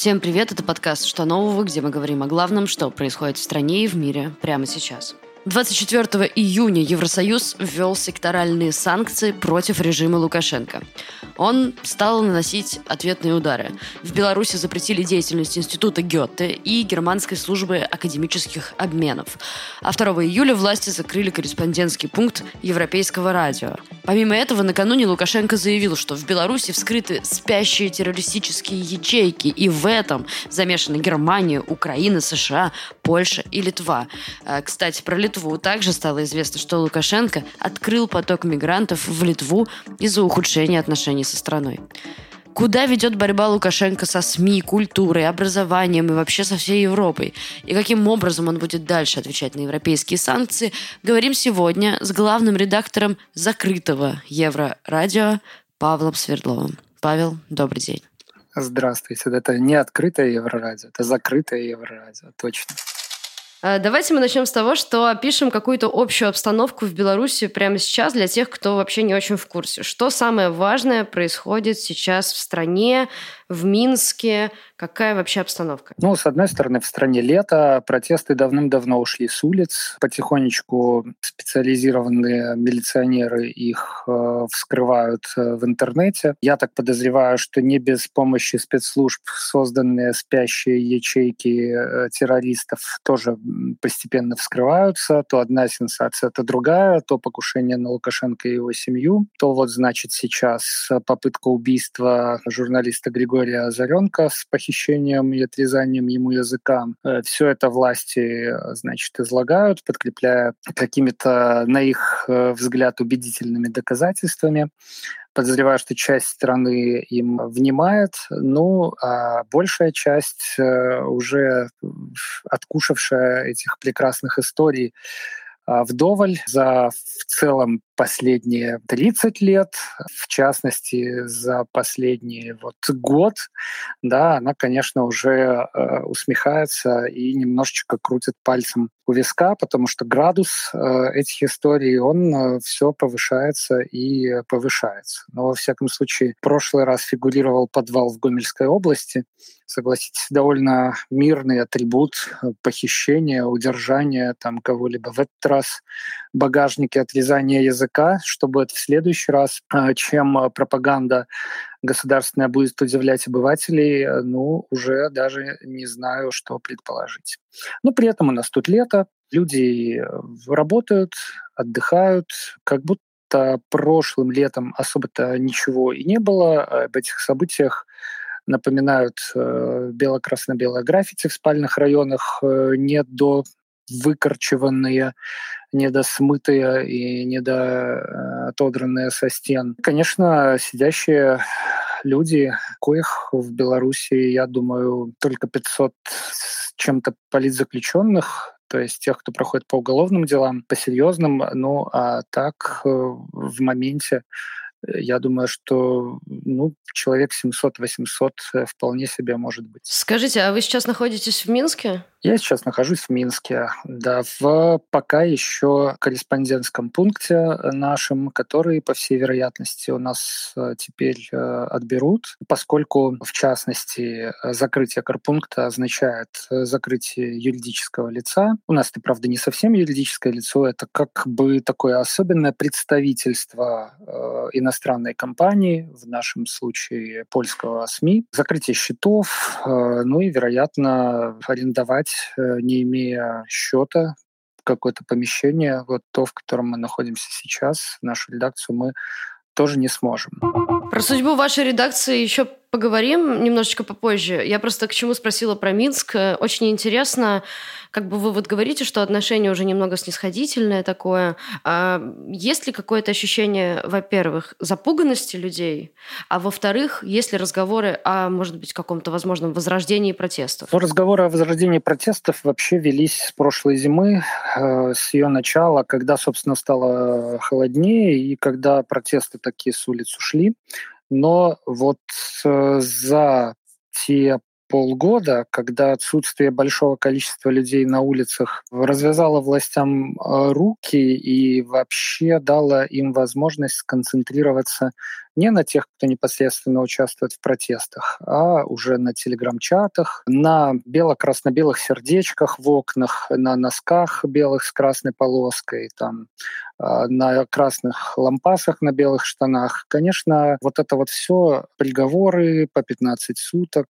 Всем привет, это подкаст «Что нового?», где мы говорим о главном, что происходит в стране и в мире прямо сейчас. 24 июня Евросоюз ввел секторальные санкции против режима Лукашенко. Он стал наносить ответные удары. В Беларуси запретили деятельность Института Гёте и Германской службы академических обменов. А 2 июля власти закрыли корреспондентский пункт Европейского радио. Помимо этого, накануне Лукашенко заявил, что в Беларуси вскрыты спящие террористические ячейки, и в этом замешаны Германия, Украина, США, Польша и Литва. Кстати, про Литву также стало известно, что Лукашенко открыл поток мигрантов в Литву из-за ухудшения отношений со страной. Куда ведет борьба Лукашенко со СМИ, культурой, образованием и вообще со всей Европой? И каким образом он будет дальше отвечать на европейские санкции, говорим сегодня с главным редактором закрытого Еврорадио Павлом Свердловым. Павел, добрый день. Здравствуйте. Это не открытое Еврорадио, это закрытое Еврорадио, точно. Давайте мы начнем с того, что опишем какую-то общую обстановку в Беларуси прямо сейчас для тех, кто вообще не очень в курсе. Что самое важное происходит сейчас в стране, в Минске? Какая вообще обстановка? С одной стороны, в стране лето, протесты давным-давно ушли с улиц. Потихонечку специализированные милиционеры их вскрывают в интернете. Я так подозреваю, что не без помощи спецслужб созданные спящие ячейки террористов тоже постепенно вскрываются. То одна сенсация, то другая, то покушение на Лукашенко и его семью, то сейчас попытка убийства журналиста Григория Озаренко с похищением и отрезанием ему языка. Все это власти, излагают, подкрепляя какими-то, на их взгляд, убедительными доказательствами. Подозреваю, что часть страны им внимает, а большая часть, уже откушавшая этих прекрасных историй вдоволь за в целом последние 30 лет, в частности, за последний год, она, конечно, уже усмехается и немножечко крутит пальцем у виска, потому что градус этих историй, он все повышается и повышается. Но, во всяком случае, в прошлый раз фигурировал подвал в Гомельской области. Согласитесь, довольно мирный атрибут похищения, удержания кого-либо. В этот раз багажники, отрезание языка, что будет в следующий раз, чем пропаганда государственная будет удивлять обывателей, уже даже не знаю, что предположить. Но при этом у нас тут лето, люди работают, отдыхают, как будто прошлым летом особо-то ничего и не было. Об этих событиях напоминают бело-красно-белое граффити в спальных районах, недовыкорчеванные, недосмытые и недоотодранные со стен. Конечно, сидящие люди, коих в Беларуси, я думаю, только 500 с чем-то политзаключенных, то есть тех, кто проходит по уголовным делам, по серьезным, а так в моменте я думаю, что человек 700-800 вполне себе может быть. Скажите, а вы сейчас находитесь в Минске? Я сейчас нахожусь в Минске, в пока еще корреспондентском пункте нашем, который, по всей вероятности, у нас теперь отберут, поскольку, в частности, закрытие корпункта означает закрытие юридического лица. У нас это, правда, не совсем юридическое лицо, это как бы такое особенное представительство иностранной компании, в нашем случае польского СМИ, закрытие счетов, и, вероятно, арендовать, не имея счета, какое-то помещение, то, в котором мы находимся сейчас, нашу редакцию, мы тоже не сможем. Про судьбу вашей редакции еще поговорим немножечко попозже. Я просто к чему спросила про Минск. Очень интересно, вы говорите, что отношение уже немного снисходительное такое. Есть ли какое-то ощущение, во-первых, запуганности людей, а во-вторых, есть ли разговоры о, может быть, каком-то возможном возрождении протестов? Разговоры о возрождении протестов вообще велись с прошлой зимы, с ее начала, когда, собственно, стало холоднее и когда протесты такие с улиц ушли. Но за те полгода, когда отсутствие большого количества людей на улицах развязало властям руки и вообще дало им возможность сконцентрироваться не на тех, кто непосредственно участвует в протестах, а уже на телеграм-чатах, на бело-красно-белых сердечках в окнах, на носках белых с красной полоской, там, на красных лампасах на белых штанах. Конечно, вот это вот все приговоры по 15 суток,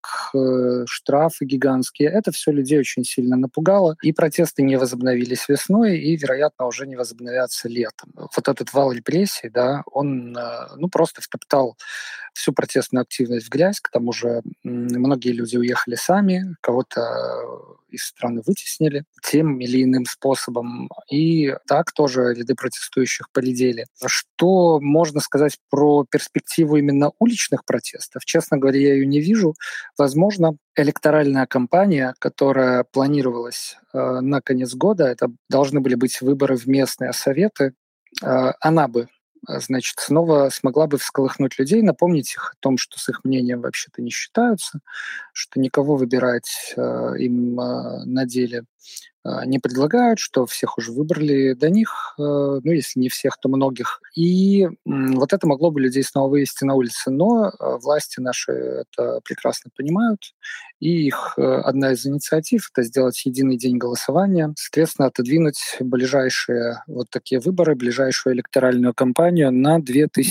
штрафы гигантские, это все людей очень сильно напугало, и протесты не возобновились весной, и, вероятно, уже не возобновятся летом. Вот этот вал репрессий, да, он просто втоптал всю протестную активность в грязь. К тому же многие люди уехали сами, кого-то из страны вытеснили тем или иным способом. И так тоже ряды протестующих поредели. Что можно сказать про перспективу именно уличных протестов? Честно говоря, я ее не вижу. Возможно, электоральная кампания, которая планировалась на конец года, это должны были быть выборы в местные советы, она бы снова смогла бы всколыхнуть людей, напомнить их о том, что с их мнением вообще-то не считаются, что никого выбирать им на деле не предлагают, что всех уже выбрали до них, если не всех, то многих. И вот это могло бы людей снова вывести на улицы. Но власти наши это прекрасно понимают, и их одна из инициатив — это сделать единый день голосования, соответственно, отодвинуть ближайшие вот такие выборы, ближайшую электоральную кампанию на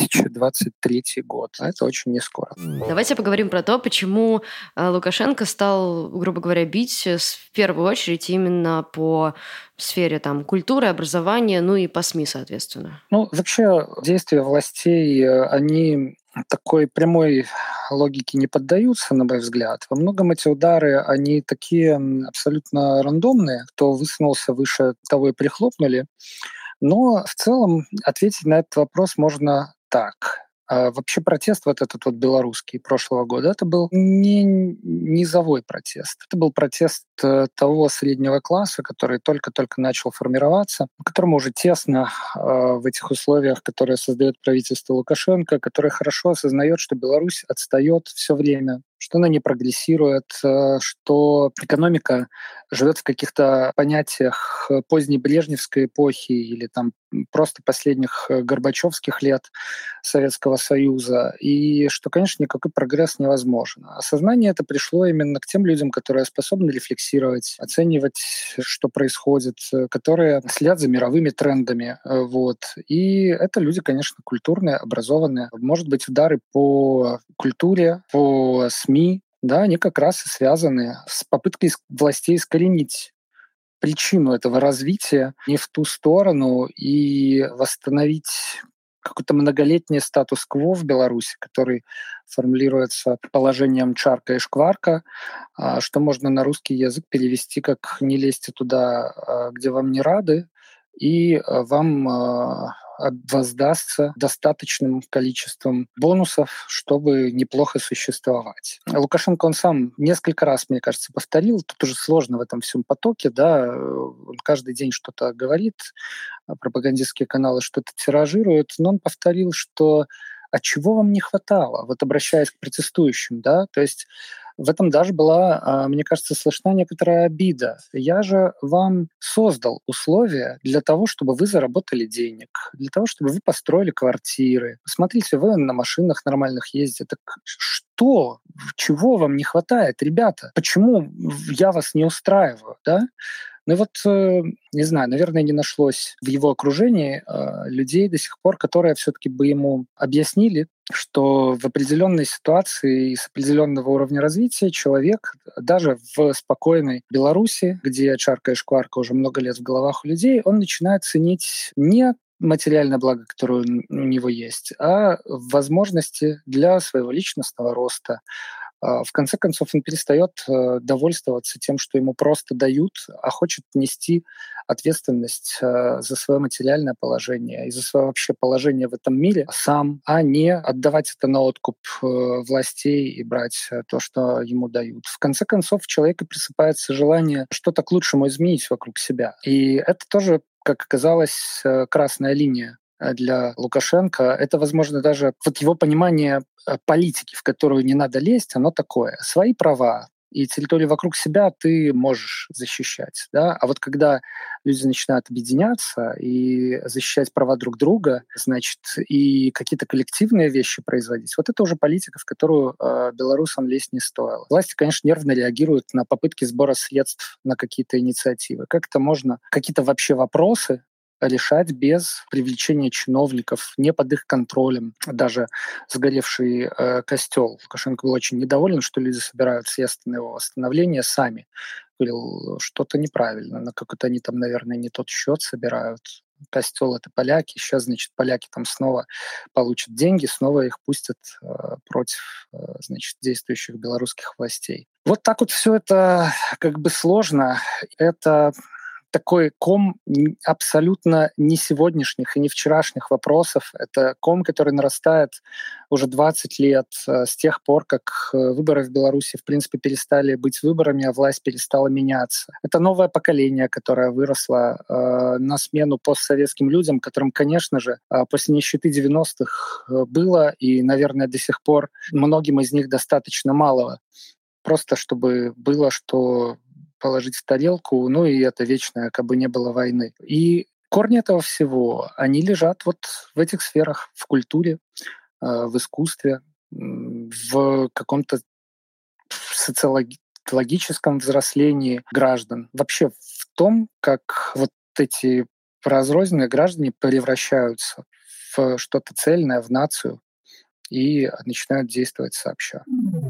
2023 год. А это очень не скоро. Давайте поговорим про то, почему Лукашенко стал, грубо говоря, бить в первую очередь именно по сфере культуры, образования, и по СМИ, соответственно. Вообще действия властей, они такой прямой логике не поддаются, на мой взгляд. Во многом эти удары, они такие абсолютно рандомные. Кто высунулся выше, того и прихлопнули. Но в целом ответить на этот вопрос можно так. Вообще протест вот этот вот белорусский прошлого года, это был не низовой протест. Это был протест того среднего класса, который только-только начал формироваться, которому уже тесно в этих условиях, которые создает правительство Лукашенко, который хорошо осознает, что Беларусь отстает все время, что она не прогрессирует, что экономика живет в каких-то понятиях поздней брежневской эпохи или просто последних горбачевских лет Советского Союза, и что, конечно, никакой прогресс невозможен. Осознание это пришло именно к тем людям, которые способны рефлексировать, оценивать, что происходит, которые следят за мировыми трендами. И это люди, конечно, культурные, образованные. Может быть, удары по культуре, по СМИ, да, они как раз и связаны с попыткой властей искоренить причину этого развития не в ту сторону и восстановить какой-то многолетний статус-кво в Беларуси, который формулируется положением чарка и шкварка, что можно на русский язык перевести как «не лезьте туда, где вам не рады», и вам воздастся достаточным количеством бонусов, чтобы неплохо существовать. Лукашенко, он сам несколько раз, мне кажется, повторил, тут уже сложно в этом всем потоке, да, он каждый день что-то говорит, пропагандистские каналы что-то тиражируют, но он повторил, что чего вам не хватало, вот обращаясь к протестующим, да, то есть в этом даже была, мне кажется, слышна некоторая обида. Я же вам создал условия для того, чтобы вы заработали денег, для того, чтобы вы построили квартиры. Посмотрите, вы на машинах нормальных ездите. Так что? Чего вам не хватает, ребята? Почему я вас не устраиваю, да? Не знаю, наверное, не нашлось в его окружении людей до сих пор, которые все-таки бы ему объяснили, что в определенной ситуации и с определенного уровня развития человек даже в спокойной Беларуси, где чарка и шкварка уже много лет в головах у людей, он начинает ценить не материальное благо, которое у него есть, а возможности для своего личностного роста. В конце концов, он перестает довольствоваться тем, что ему просто дают, а хочет нести ответственность за свое материальное положение и за свое вообще положение в этом мире сам, а не отдавать это на откуп властей и брать то, что ему дают. В конце концов, у человека просыпается желание что-то к лучшему изменить вокруг себя. И это тоже, как оказалось, красная линия для Лукашенко. Это, возможно, даже его понимание политики, в которую не надо лезть, оно такое. Свои права, и территорию вокруг себя ты можешь защищать, да. А вот когда люди начинают объединяться и защищать права друг друга, значит, и какие-то коллективные вещи производить, вот это уже политика, в которую белорусам лезть не стоило. Власти, конечно, нервно реагируют на попытки сбора средств на какие-то инициативы. Как это можно, какие-то вообще вопросы решать без привлечения чиновников, не под их контролем. Даже сгоревший костел. Лукашенко был очень недоволен, что люди собирают средства на его восстановление сами. Говорил, что-то неправильно, на какой-то они там, наверное, не тот счет собирают. Костел — это поляки, сейчас, значит, поляки там снова получат деньги, снова их пустят против, значит, действующих белорусских властей. Вот так вот все это как бы сложно. Это такой ком абсолютно не сегодняшних и не вчерашних вопросов. Это ком, который нарастает уже 20 лет, с тех пор, как выборы в Беларуси, в принципе, перестали быть выборами, а власть перестала меняться. Это новое поколение, которое выросло на смену постсоветским людям, которым, конечно же, после нищеты 90-х было, и, наверное, до сих пор многим из них достаточно малого. Просто чтобы было что положить в тарелку, ну и это вечное, как бы не было войны. И корни этого всего, они лежат вот в этих сферах, в культуре, в искусстве, в каком-то социологическом взрослении граждан. Вообще в том, как вот эти разрозненные граждане превращаются в что-то цельное, в нацию и начинают действовать сообща.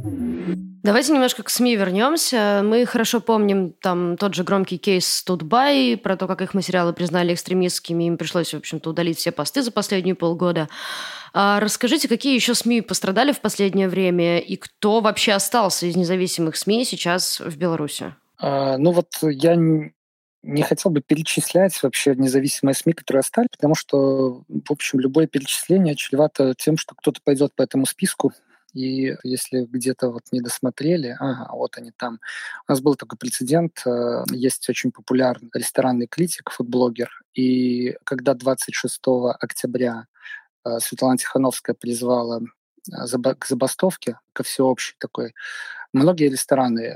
Давайте немножко к СМИ вернемся. Мы хорошо помним там тот же громкий кейс с Тутбай, про то, как их материалы признали экстремистскими, им пришлось, в общем-то, удалить все посты за последние полгода. Расскажите, какие еще СМИ пострадали в последнее время и кто вообще остался из независимых СМИ сейчас в Беларуси? Ну вот я не хотел бы перечислять вообще независимые СМИ, которые остались, потому что, в общем, любое перечисление чревато тем, что кто-то пойдет по этому списку, и если где-то вот не досмотрели, ага, вот они там. У нас был такой прецедент, есть очень популярный ресторанный критик, фудблогер, и когда 26 октября Светлана Тихановская призвала к забастовке, ко всеобщей такой, многие рестораны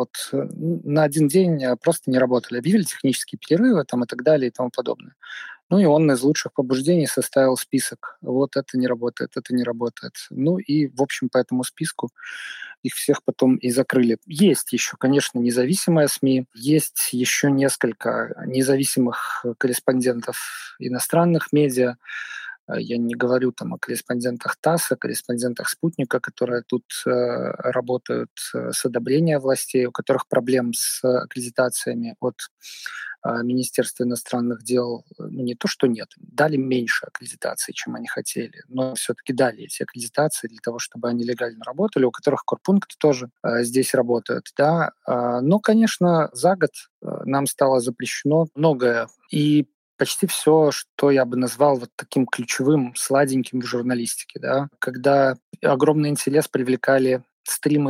на один день просто не работали. Объявили технические перерывы там, и так далее и тому подобное. Ну и он из лучших побуждений составил список. Вот это не работает, это не работает. Ну и, в общем, по этому списку их всех потом и закрыли. Есть еще, конечно, независимые СМИ, есть еще несколько независимых корреспондентов иностранных медиа. Я не говорю там о корреспондентах ТАСС, о корреспондентах «Спутника», которые тут работают с одобрения властей, у которых проблем с аккредитациями от Министерства иностранных дел, ну не то, что нет, дали меньше аккредитаций, чем они хотели, но все-таки дали эти аккредитации для того, чтобы они легально работали, у которых корпункты тоже здесь работают, да. Но, конечно, за год нам стало запрещено многое, и почти все, что я бы назвал вот таким ключевым, сладеньким в журналистике, да, когда огромный интерес привлекали стримы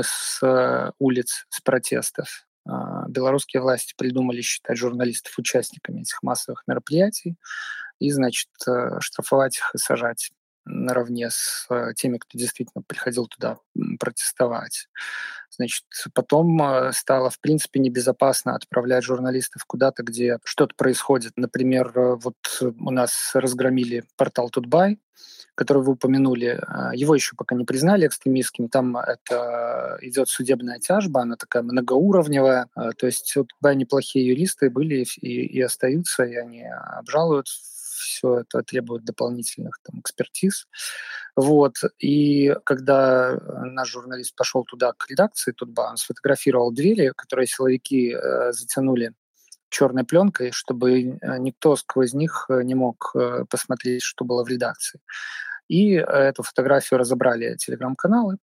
с улиц, с протестов. Белорусские власти придумали считать журналистов участниками этих массовых мероприятий и, значит, штрафовать их и сажать наравне с теми, кто действительно приходил туда протестовать. Значит, потом стало, в принципе, небезопасно отправлять журналистов куда-то, где что-то происходит. Например, вот у нас разгромили портал Тутбай, который вы упомянули. Его еще пока не признали экстремистским. Там это идет судебная тяжба, она такая многоуровневая. То есть у Тутбай неплохие юристы были и остаются, и они обжалуют все это, требует дополнительных там экспертиз. Вот. И когда наш журналист пошел туда к редакции Тутба, он сфотографировал двери, которые силовики затянули черной пленкой, чтобы никто сквозь них не мог посмотреть, что было в редакции. И эту фотографию разобрали телеграм-каналы.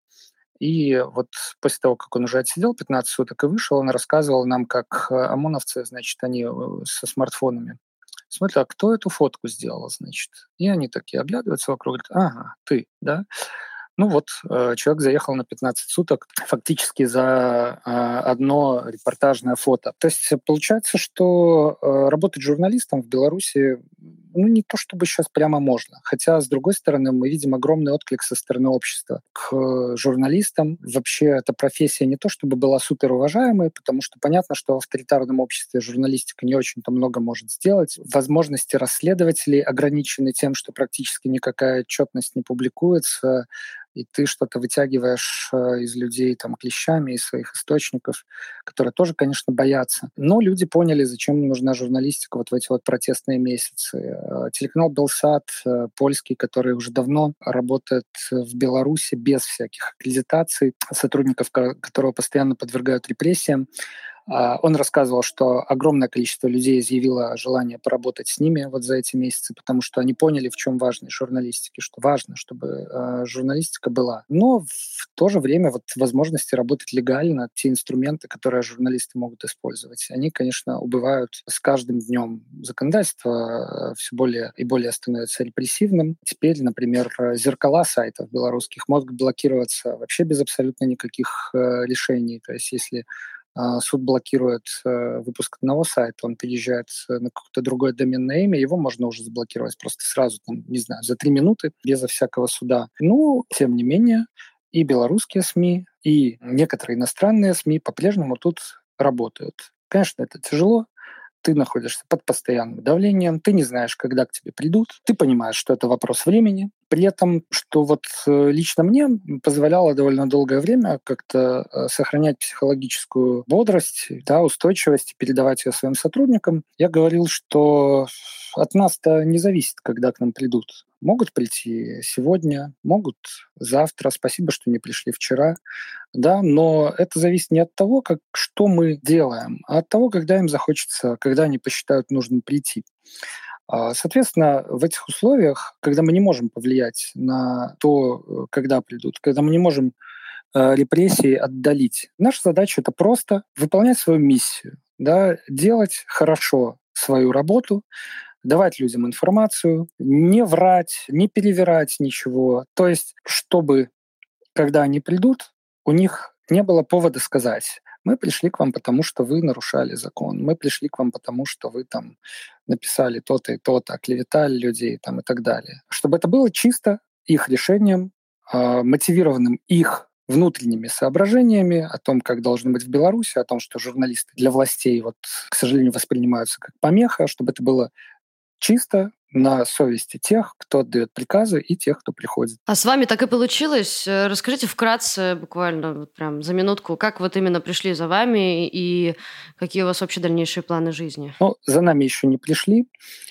И вот после того, как он уже отсидел 15 суток и вышел, он рассказывал нам, как ОМОНовцы, значит, они со смартфонами смотрят, а кто эту фотку сделал, значит. И они такие оглядываются вокруг, говорят, ага, ты, да? Ну вот, человек заехал на 15 суток фактически за одно репортажное фото. То есть получается, что работать журналистом в Беларуси не то чтобы сейчас прямо можно. Хотя, с другой стороны, мы видим огромный отклик со стороны общества к журналистам. Вообще, эта профессия не то чтобы была суперуважаемой, потому что понятно, что в авторитарном обществе журналистика не очень-то много может сделать. Возможности расследователей ограничены тем, что практически никакая отчетность не публикуется, и ты что-то вытягиваешь из людей там клещами, из своих источников, которые тоже, конечно, боятся. Но люди поняли, зачем нужна журналистика вот в эти вот протестные месяцы. Телеканал «Белсат», польский, который уже давно работает в Беларуси без всяких аккредитаций, сотрудников которого постоянно подвергают репрессиям, он рассказывал, что огромное количество людей изъявило желание поработать с ними вот за эти месяцы, потому что они поняли, в чем важность журналистики, что важно, чтобы журналистика была. Но в то же время вот возможности работать легально, те инструменты, которые журналисты могут использовать, они, конечно, убывают с каждым днем. Законодательство все более и более становится репрессивным. Теперь, например, зеркала сайтов белорусских могут блокироваться вообще без абсолютно никаких решений. То есть если суд блокирует выпуск одного сайта, он переезжает на какое-то другое доменное имя, его можно уже заблокировать просто сразу, там, не знаю, за 3 минуты, безо всякого суда. Ну, тем не менее, и белорусские СМИ, и некоторые иностранные СМИ по-прежнему тут работают. Конечно, это тяжело, ты находишься под постоянным давлением, ты не знаешь, когда к тебе придут, ты понимаешь, что это вопрос времени. При этом, что вот лично мне позволяло довольно долгое время как-то сохранять психологическую бодрость, да, устойчивость и передавать ее своим сотрудникам, я говорил, что от нас-то не зависит, когда к нам придут. Могут прийти сегодня, могут завтра. Спасибо, что не пришли вчера. Да, но это зависит не от того, что мы делаем, а от того, когда им захочется, когда они посчитают нужным прийти. Соответственно, в этих условиях, когда мы не можем повлиять на то, когда придут, когда мы не можем репрессии отдалить, наша задача — это просто выполнять свою миссию, да, делать хорошо свою работу, давать людям информацию, не врать, не перевирать ничего. То есть, чтобы, когда они придут, у них не было повода сказать: мы пришли к вам, потому что вы нарушали закон, мы пришли к вам, потому что вы там написали то-то и то-то, оклеветали людей там, и так далее. Чтобы это было чисто их решением, мотивированным их внутренними соображениями о том, как должно быть в Беларуси, о том, что журналисты для властей, вот, к сожалению, воспринимаются как помеха, чтобы это было чисто на совести тех, кто отдает приказы, и тех, кто приходит. А с вами так и получилось? Расскажите вкратце, буквально вот прям за минутку, как вот именно пришли за вами и какие у вас вообще дальнейшие планы жизни? Ну, за нами еще не пришли.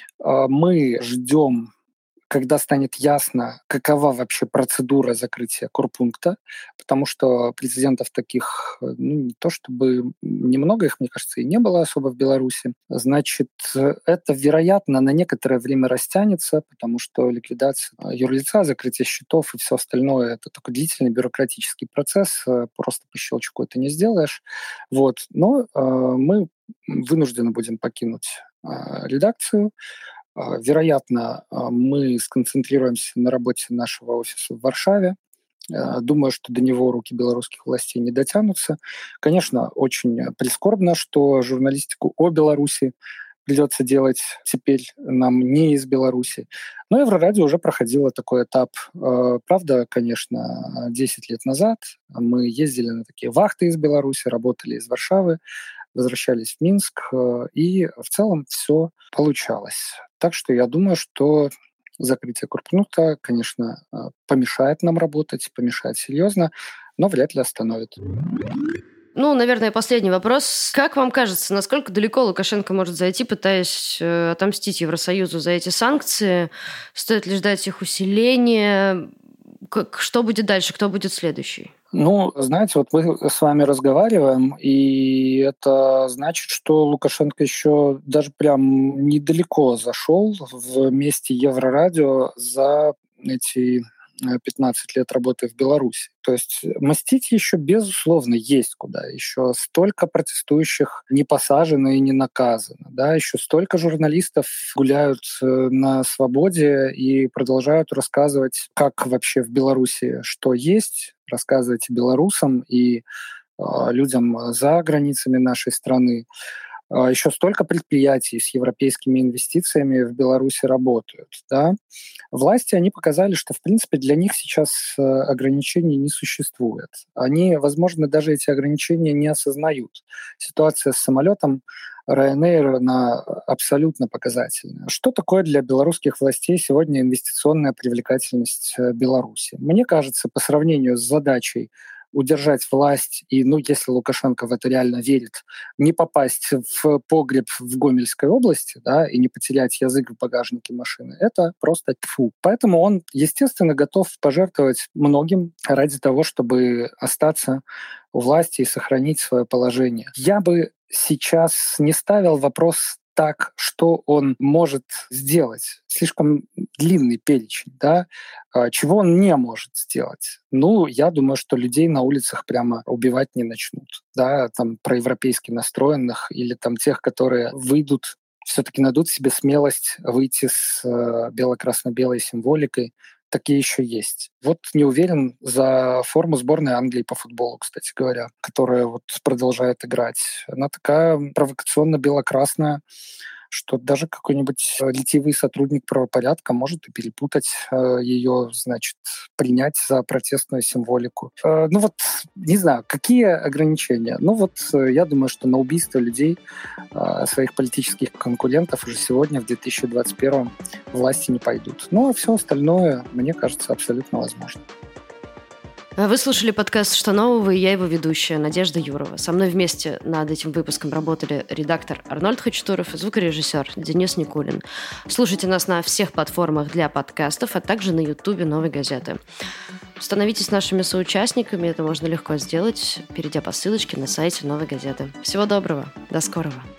Мы ждем, когда станет ясно, какова вообще процедура закрытия корпункта, потому что прецедентов таких, не то чтобы немного, их, мне кажется, и не было особо в Беларуси. Значит, это, вероятно, на некоторое время растянется, потому что ликвидация юрлица, закрытие счетов и все остальное — это только длительный бюрократический процесс, просто по щелчку это не сделаешь. Вот. Но мы вынуждены будем покинуть редакцию. Вероятно, мы сконцентрируемся на работе нашего офиса в Варшаве. Думаю, что до него руки белорусских властей не дотянутся. Конечно, очень прискорбно, что журналистику о Беларуси придется делать теперь нам не из Беларуси. Но Еврорадио уже проходило такой этап. Правда, конечно, 10 лет назад мы ездили на такие вахты из Беларуси, работали из Варшавы, возвращались в Минск, и в целом все получалось. Так что я думаю, что закрытие корпункта, конечно, помешает нам работать, помешает серьезно, но вряд ли остановит. Ну, наверное, последний вопрос. Как вам кажется, насколько далеко Лукашенко может зайти, пытаясь отомстить Евросоюзу за эти санкции? Стоит ли ждать их усиления? Что будет дальше? Кто будет следующий? Ну, знаете, вот мы с вами разговариваем, и это значит, что Лукашенко еще даже прям недалеко зашел вместе Еврорадио за эти 15 лет работы в Беларуси. То есть мстить еще, безусловно, есть куда. Еще столько протестующих не посажено и не наказано. Да? Еще столько журналистов гуляют на свободе и продолжают рассказывать, как вообще в Беларуси что есть, рассказывать белорусам и людям за границами нашей страны. еще столько предприятий с европейскими инвестициями в Беларуси работают. Да? Власти, они показали, что, в принципе, для них сейчас ограничений не существует. Они, возможно, даже эти ограничения не осознают. Ситуация с самолетом Ryanair, она абсолютно показательная. Что такое для белорусских властей сегодня инвестиционная привлекательность Беларуси? Мне кажется, по сравнению с задачей удержать власть и, если Лукашенко в это реально верит, не попасть в погреб в Гомельской области, да, и не потерять язык в багажнике машины, это просто тьфу. Поэтому он, естественно, готов пожертвовать многим ради того, чтобы остаться у власти и сохранить свое положение. Я бы сейчас не ставил вопрос так, что он может сделать. Слишком длинный перечень, да? Чего он не может сделать? Я думаю, что людей на улицах прямо убивать не начнут, да, там проевропейски настроенных или там тех, которые выйдут, все-таки найдут в себе смелость выйти с бело-красно-белой символикой. Такие еще есть. Не уверен за форму сборной Англии по футболу, кстати говоря, которая продолжает играть. Она такая провокационно-бело-красная, что даже какой-нибудь ретивый сотрудник правопорядка может и перепутать ее, принять за протестную символику. Не знаю, какие ограничения? Я думаю, что на убийство людей, своих политических конкурентов уже сегодня, в 2021 власти не пойдут. А все остальное, мне кажется, абсолютно возможно. Вы слушали подкаст «Что нового?» и я его ведущая Надежда Юрова. Со мной вместе над этим выпуском работали редактор Арнольд Хачатуров и звукорежиссер Денис Никулин. Слушайте нас на всех платформах для подкастов, а также на Ютубе «Новой газеты». Становитесь нашими соучастниками, это можно легко сделать, перейдя по ссылочке на сайте «Новой газеты». Всего доброго, до скорого.